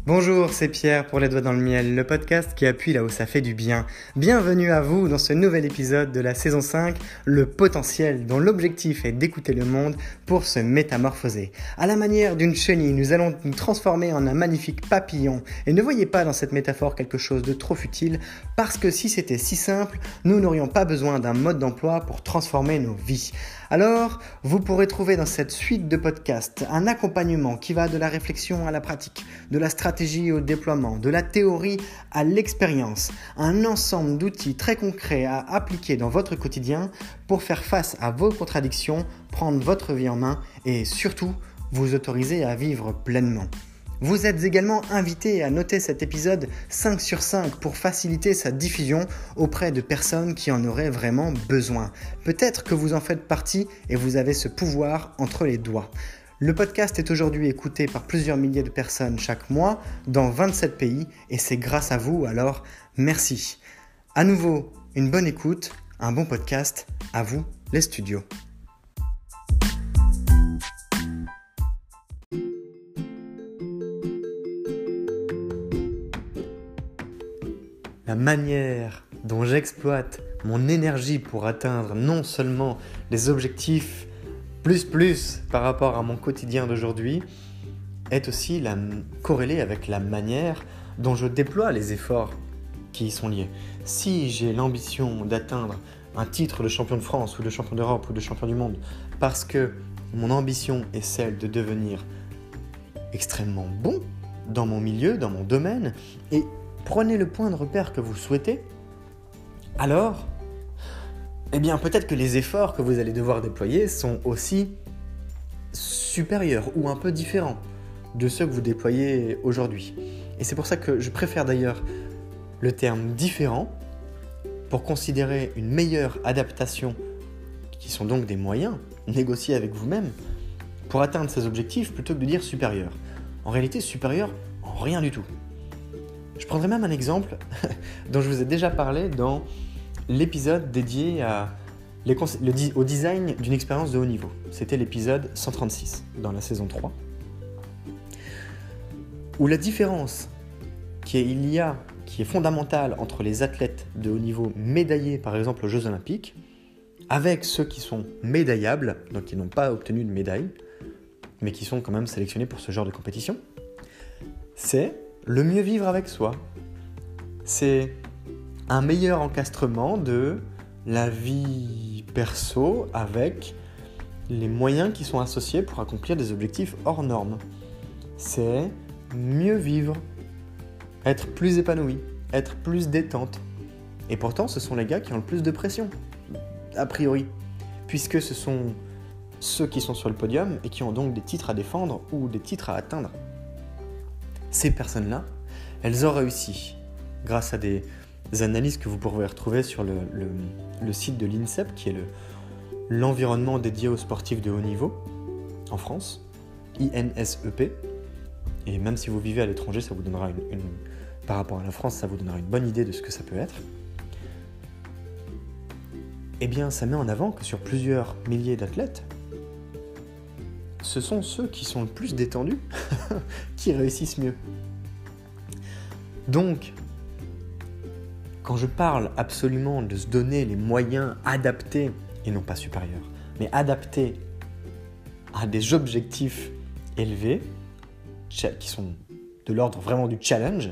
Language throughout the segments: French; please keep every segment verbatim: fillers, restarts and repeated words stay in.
Bonjour, c'est Pierre pour Les Doigts dans le Miel, le podcast qui appuie là où ça fait du bien. Bienvenue à vous dans ce nouvel épisode de la saison cinq, Le Potentiel, dont l'objectif est d'écouter le monde pour se métamorphoser. À la manière d'une chenille, nous allons nous transformer en un magnifique papillon. Et ne voyez pas dans cette métaphore quelque chose de trop futile, parce que si c'était si simple, nous n'aurions pas besoin d'un mode d'emploi pour transformer nos vies. Alors, vous pourrez trouver dans cette suite de podcasts un accompagnement qui va de la réflexion à la pratique, de la stratégie au déploiement, de la théorie à l'expérience, un ensemble d'outils très concrets à appliquer dans votre quotidien pour faire face à vos contradictions, prendre votre vie en main et surtout vous autoriser à vivre pleinement. Vous êtes également invité à noter cet épisode cinq sur cinq pour faciliter sa diffusion auprès de personnes qui en auraient vraiment besoin. Peut-être que vous en faites partie et vous avez ce pouvoir entre les doigts. Le podcast est aujourd'hui écouté par plusieurs milliers de personnes chaque mois dans vingt-sept pays et c'est grâce à vous, alors merci. À nouveau, une bonne écoute, un bon podcast, à vous les studios. La manière dont j'exploite mon énergie pour atteindre non seulement les objectifs plus plus par rapport à mon quotidien d'aujourd'hui est aussi la, corrélée avec la manière dont je déploie les efforts qui y sont liés. Si j'ai l'ambition d'atteindre un titre de champion de France ou de champion d'Europe ou de champion du monde parce que mon ambition est celle de devenir extrêmement bon dans mon milieu, dans mon domaine, et prenez le point de repère que vous souhaitez, alors, eh bien peut-être que les efforts que vous allez devoir déployer sont aussi supérieurs ou un peu différents de ceux que vous déployez aujourd'hui. Et c'est pour ça que je préfère d'ailleurs le terme différent pour considérer une meilleure adaptation, qui sont donc des moyens négociés avec vous-même, pour atteindre ces objectifs plutôt que de dire supérieur. En réalité, supérieur en rien du tout. Je prendrai même un exemple dont je vous ai déjà parlé dans l'épisode dédié à les cons- le, au design d'une expérience de haut niveau. C'était l'épisode cent trente-six dans la saison trois. Où la différence qu'il y a, qui est fondamentale entre les athlètes de haut niveau médaillés par exemple aux Jeux Olympiques, avec ceux qui sont médaillables, donc qui n'ont pas obtenu de médaille, mais qui sont quand même sélectionnés pour ce genre de compétition, c'est le mieux vivre avec soi. C'est un meilleur encastrement de la vie perso avec les moyens qui sont associés pour accomplir des objectifs hors normes. C'est mieux vivre, être plus épanoui, être plus détente. Et pourtant, ce sont les gars qui ont le plus de pression, a priori, puisque ce sont ceux qui sont sur le podium et qui ont donc des titres à défendre ou des titres à atteindre. Ces personnes-là, elles ont réussi, grâce à des analyses que vous pourrez retrouver sur le, le, le site de l'INSEP, qui est le, l'environnement dédié aux sportifs de haut niveau en France, I N S E P. Et même si vous vivez à l'étranger, ça vous donnera une, une, par rapport à la France, ça vous donnera une bonne idée de ce que ça peut être. Eh bien, ça met en avant que sur plusieurs milliers d'athlètes, ce sont ceux qui sont le plus détendus qui réussissent mieux. Donc, quand je parle absolument de se donner les moyens adaptés, et non pas supérieurs, mais adaptés à des objectifs élevés, qui sont de l'ordre vraiment du challenge,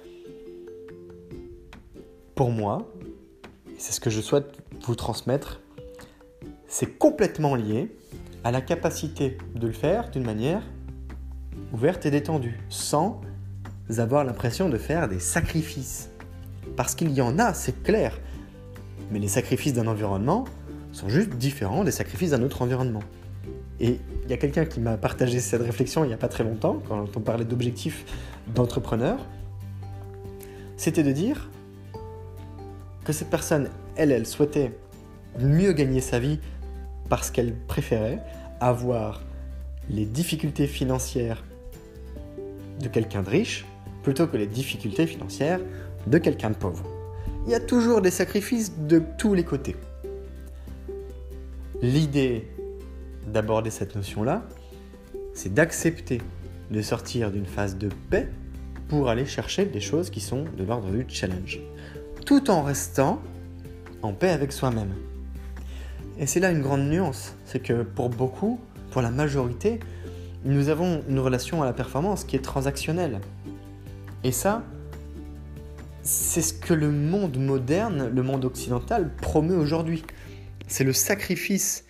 pour moi, et c'est ce que je souhaite vous transmettre, c'est complètement lié à la capacité de le faire d'une manière ouverte et détendue, sans avoir l'impression de faire des sacrifices. Parce qu'il y en a, c'est clair. Mais les sacrifices d'un environnement sont juste différents des sacrifices d'un autre environnement. Et il y a quelqu'un qui m'a partagé cette réflexion il n'y a pas très longtemps, quand on parlait d'objectifs d'entrepreneur. C'était de dire que cette personne, elle, elle souhaitait mieux gagner sa vie parce qu'elle préférait avoir les difficultés financières de quelqu'un de riche plutôt que les difficultés financières de quelqu'un de pauvre. Il y a toujours des sacrifices de tous les côtés. L'idée d'aborder cette notion-là, c'est d'accepter de sortir d'une phase de paix pour aller chercher des choses qui sont de l'ordre du challenge, tout en restant en paix avec soi-même. Et c'est là une grande nuance, c'est que pour beaucoup, pour la majorité, nous avons une relation à la performance qui est transactionnelle. Et ça, c'est ce que le monde moderne, le monde occidental promeut aujourd'hui. C'est le sacrifice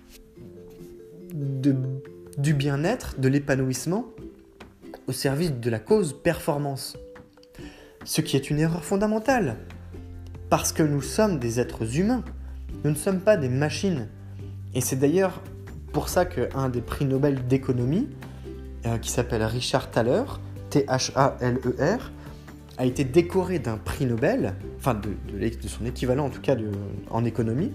de, du bien-être, de l'épanouissement au service de la cause performance. Ce qui est une erreur fondamentale. Parce que nous sommes des êtres humains. Nous ne sommes pas des machines. Et c'est d'ailleurs pour ça qu'un des prix Nobel d'économie, euh, qui s'appelle Richard Thaler, T H A L E R, a été décoré d'un prix Nobel, enfin de, de, de son équivalent en tout cas de, en économie,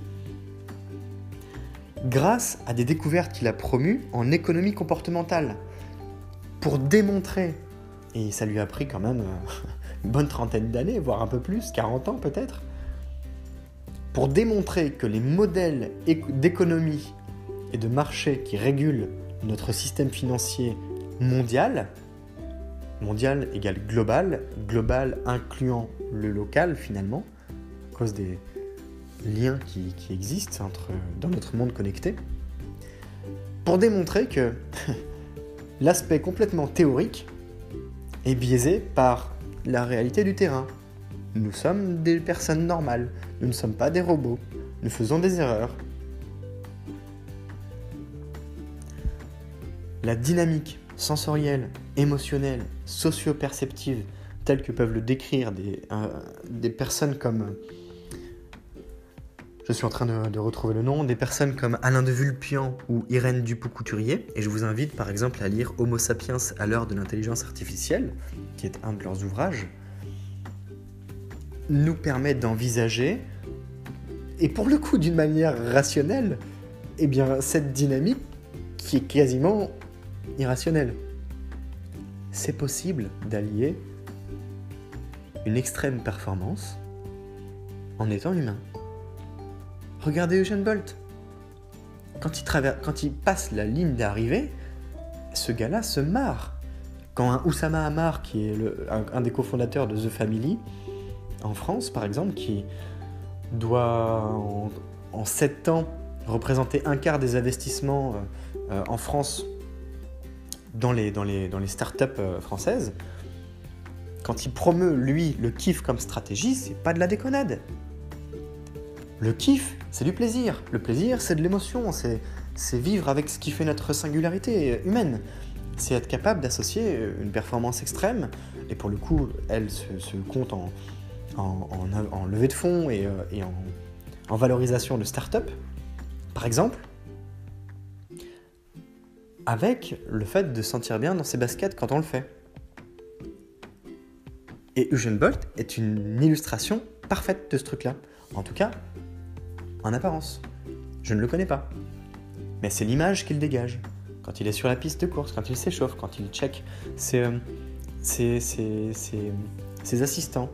grâce à des découvertes qu'il a promues en économie comportementale, pour démontrer, et ça lui a pris quand même une bonne trentaine d'années, voire un peu plus, quarante ans peut-être, pour démontrer que les modèles d'économie et de marché qui régulent notre système financier mondial, mondial égale global, global incluant le local finalement, à cause des liens qui, qui existent entre, dans notre monde connecté, pour démontrer que l'aspect complètement théorique est biaisé par la réalité du terrain. Nous sommes des personnes normales, nous ne sommes pas des robots, nous faisons des erreurs. La dynamique sensorielle, émotionnelle, socio-perceptive, telle que peuvent le décrire des, euh, des personnes comme... Je suis en train de, de retrouver le nom, des personnes comme Alain de Vulpian ou Irène Dupont-Couturier, et je vous invite par exemple à lire Homo sapiens à l'heure de l'intelligence artificielle, qui est un de leurs ouvrages, nous permet d'envisager, et pour le coup d'une manière rationnelle, eh bien cette dynamique qui est quasiment irrationnelle. C'est possible d'allier une extrême performance en étant humain. Regardez Usain Bolt. Quand il, traverse, quand il passe la ligne d'arrivée, ce gars-là se marre. Quand un Oussama Hamar, qui est le, un, un des cofondateurs de The Family, en France par exemple, qui doit en, en sept ans représenter un quart des investissements euh, euh, en France dans les, dans les, dans les startups euh, françaises, quand il promeut, lui, le kiff comme stratégie, c'est pas de la déconnade. Le kiff, c'est du plaisir. Le plaisir, c'est de l'émotion. C'est, c'est vivre avec ce qui fait notre singularité humaine. C'est être capable d'associer une performance extrême, et pour le coup, elle se, se compte en, en, en, en levée de fonds et, et en, en valorisation de start-up, par exemple, avec le fait de se sentir bien dans ses baskets quand on le fait. Et Usain Bolt est une illustration parfaite de ce truc-là. En tout cas, en apparence. Je ne le connais pas. Mais c'est l'image qu'il dégage. Quand il est sur la piste de course, quand il s'échauffe, quand il check ses, ses, ses, ses, ses assistants.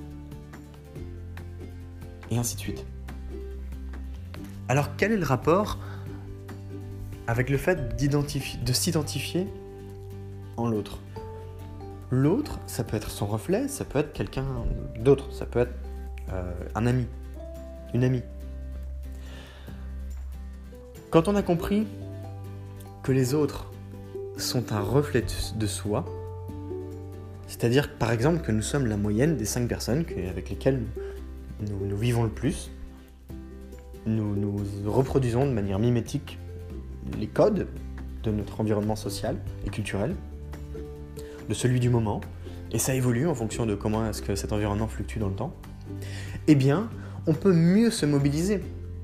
Et ainsi de suite. Alors quel est le rapport avec le fait d'identifier, de s'identifier en l'autre ? L'autre, ça peut être son reflet, ça peut être quelqu'un d'autre, ça peut être euh, un ami, une amie. Quand on a compris que les autres sont un reflet de soi, c'est-à-dire par exemple que nous sommes la moyenne des cinq personnes avec lesquelles nous, nous, nous vivons le plus, nous, nous reproduisons de manière mimétique les codes de notre environnement social et culturel, de celui du moment, et ça évolue en fonction de comment est-ce que cet environnement fluctue dans le temps, eh bien, on peut mieux se mobiliser.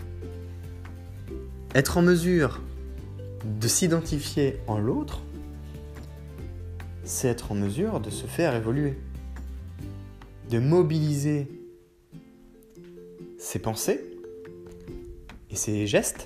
Être en mesure de s'identifier en l'autre, c'est être en mesure de se faire évoluer, de mobiliser ses pensées et ses gestes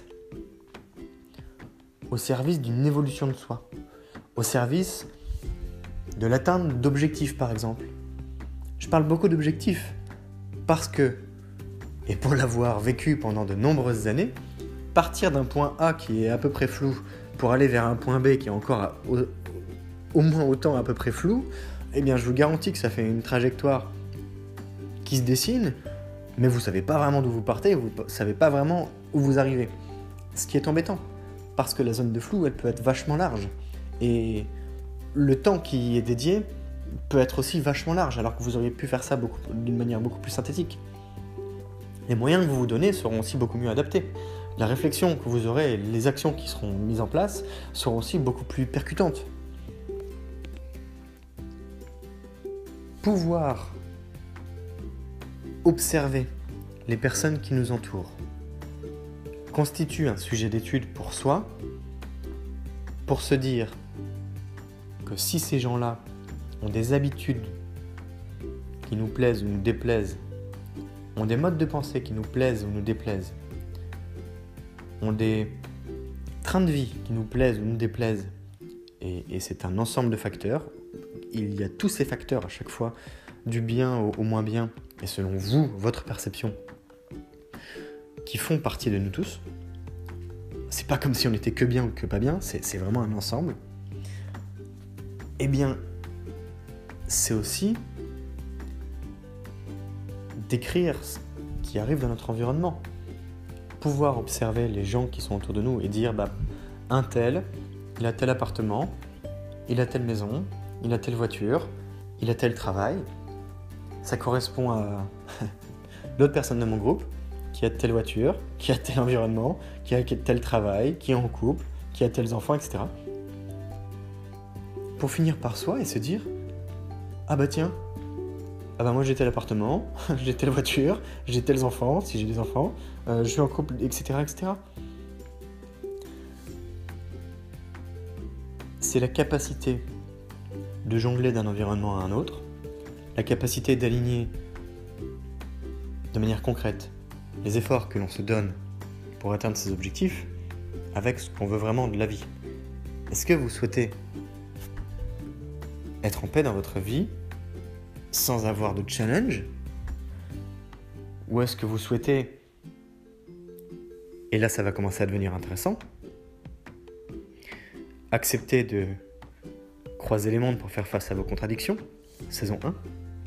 au service d'une évolution de soi, au service de l'atteinte d'objectifs par exemple. Je parle beaucoup d'objectifs parce que, et pour l'avoir vécu pendant de nombreuses années, partir d'un point A qui est à peu près flou pour aller vers un point B qui est encore à, au, au moins autant à peu près flou, eh bien je vous garantis que ça fait une trajectoire qui se dessine, mais vous ne savez pas vraiment d'où vous partez, vous ne savez pas vraiment où vous arrivez. Ce qui est embêtant, parce que la zone de flou, elle peut être vachement large. Et le temps qui y est dédié peut être aussi vachement large, alors que vous auriez pu faire ça beaucoup, d'une manière beaucoup plus synthétique. Les moyens que vous vous donnez seront aussi beaucoup mieux adaptés. La réflexion que vous aurez, les actions qui seront mises en place seront aussi beaucoup plus percutantes. Pouvoir observer les personnes qui nous entourent constitue un sujet d'étude pour soi, pour se dire que si ces gens-là ont des habitudes qui nous plaisent ou nous déplaisent, ont des modes de pensée qui nous plaisent ou nous déplaisent, ont des trains de vie qui nous plaisent ou nous déplaisent, et, et c'est un ensemble de facteurs, il y a tous ces facteurs à chaque fois, du bien au, au moins bien, et selon vous, votre perception, qui font partie de nous tous. C'est pas comme si on était que bien ou que pas bien, c'est, c'est vraiment un ensemble. Eh bien, c'est aussi décrire ce qui arrive dans notre environnement. Pouvoir observer les gens qui sont autour de nous et dire, bah, un tel, il a tel appartement, il a telle maison, il a telle voiture, il a tel travail. Ça correspond à l'autre personne de mon groupe, qui a telle voiture, qui a tel environnement, qui a tel travail, qui est en couple, qui a tels enfants, et cetera. Pour finir par soi et se dire, ah bah tiens, ah bah moi j'ai tel appartement, j'ai telle voiture, j'ai tels enfants, si j'ai des enfants, euh, je suis en couple, et cetera, et cetera. C'est la capacité de jongler d'un environnement à un autre, la capacité d'aligner de manière concrète les efforts que l'on se donne pour atteindre ses objectifs avec ce qu'on veut vraiment de la vie. Est-ce que vous souhaitez être en paix dans votre vie sans avoir de challenge? Ou est-ce que vous souhaitez, et là ça va commencer à devenir intéressant, accepter de croiser les mondes pour faire face à vos contradictions, saison un.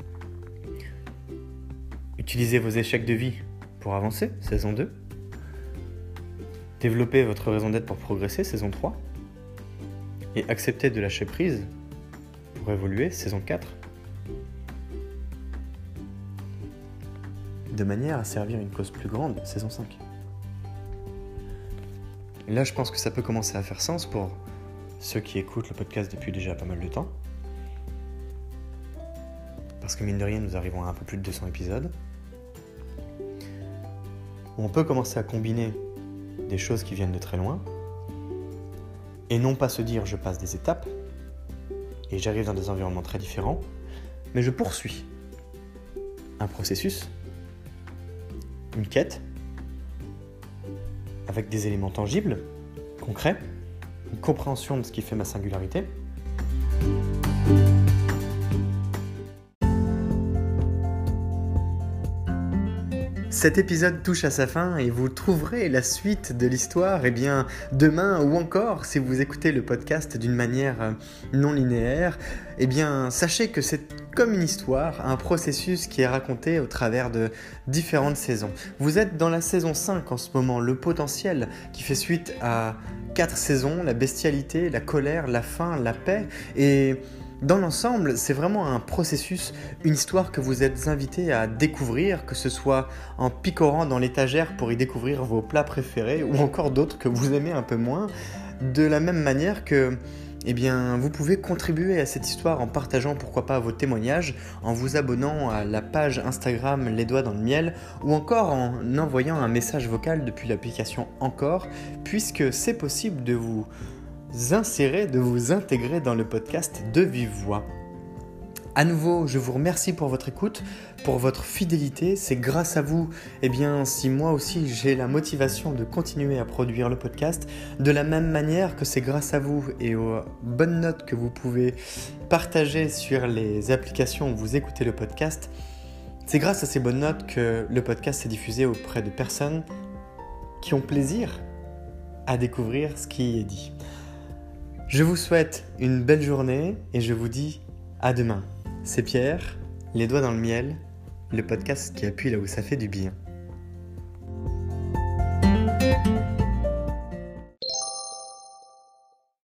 Utilisez vos échecs de vie pour avancer, saison deux. Développez votre raison d'être pour progresser, saison trois. Et accepter de lâcher prise pour évoluer, saison quatre. De manière à servir une cause plus grande, saison cinq. Et là, je pense que ça peut commencer à faire sens pour ceux qui écoutent le podcast depuis déjà pas mal de temps. Parce que mine de rien, nous arrivons à un peu plus de deux cents épisodes. On peut commencer à combiner des choses qui viennent de très loin et non pas se dire je passe des étapes et j'arrive dans des environnements très différents, mais je poursuis un processus, une quête avec des éléments tangibles, concrets, une compréhension de ce qui fait ma singularité. Cet épisode touche à sa fin et vous trouverez la suite de l'histoire eh bien, demain ou encore si vous écoutez le podcast d'une manière non linéaire. Eh bien, sachez que c'est comme une histoire, un processus qui est raconté au travers de différentes saisons. Vous êtes dans la saison cinq en ce moment, le potentiel qui fait suite à quatre saisons, la bestialité, la colère, la faim, la paix et... dans l'ensemble, c'est vraiment un processus, une histoire que vous êtes invité à découvrir, que ce soit en picorant dans l'étagère pour y découvrir vos plats préférés ou encore d'autres que vous aimez un peu moins, de la même manière que eh bien, vous pouvez contribuer à cette histoire en partageant pourquoi pas vos témoignages, en vous abonnant à la page Instagram Les Doigts dans le Miel ou encore en envoyant un message vocal depuis l'application Encore, puisque c'est possible de vous insérer, de vous intégrer dans le podcast de vive voix. À nouveau, je vous remercie pour votre écoute, pour votre fidélité. C'est grâce à vous, eh bien, si moi aussi j'ai la motivation de continuer à produire le podcast, de la même manière que c'est grâce à vous et aux bonnes notes que vous pouvez partager sur les applications où vous écoutez le podcast. C'est grâce à ces bonnes notes que le podcast est diffusé auprès de personnes qui ont plaisir à découvrir ce qui est dit. Je vous souhaite une belle journée et je vous dis à demain. C'est Pierre, les doigts dans le miel, le podcast qui appuie là où ça fait du bien.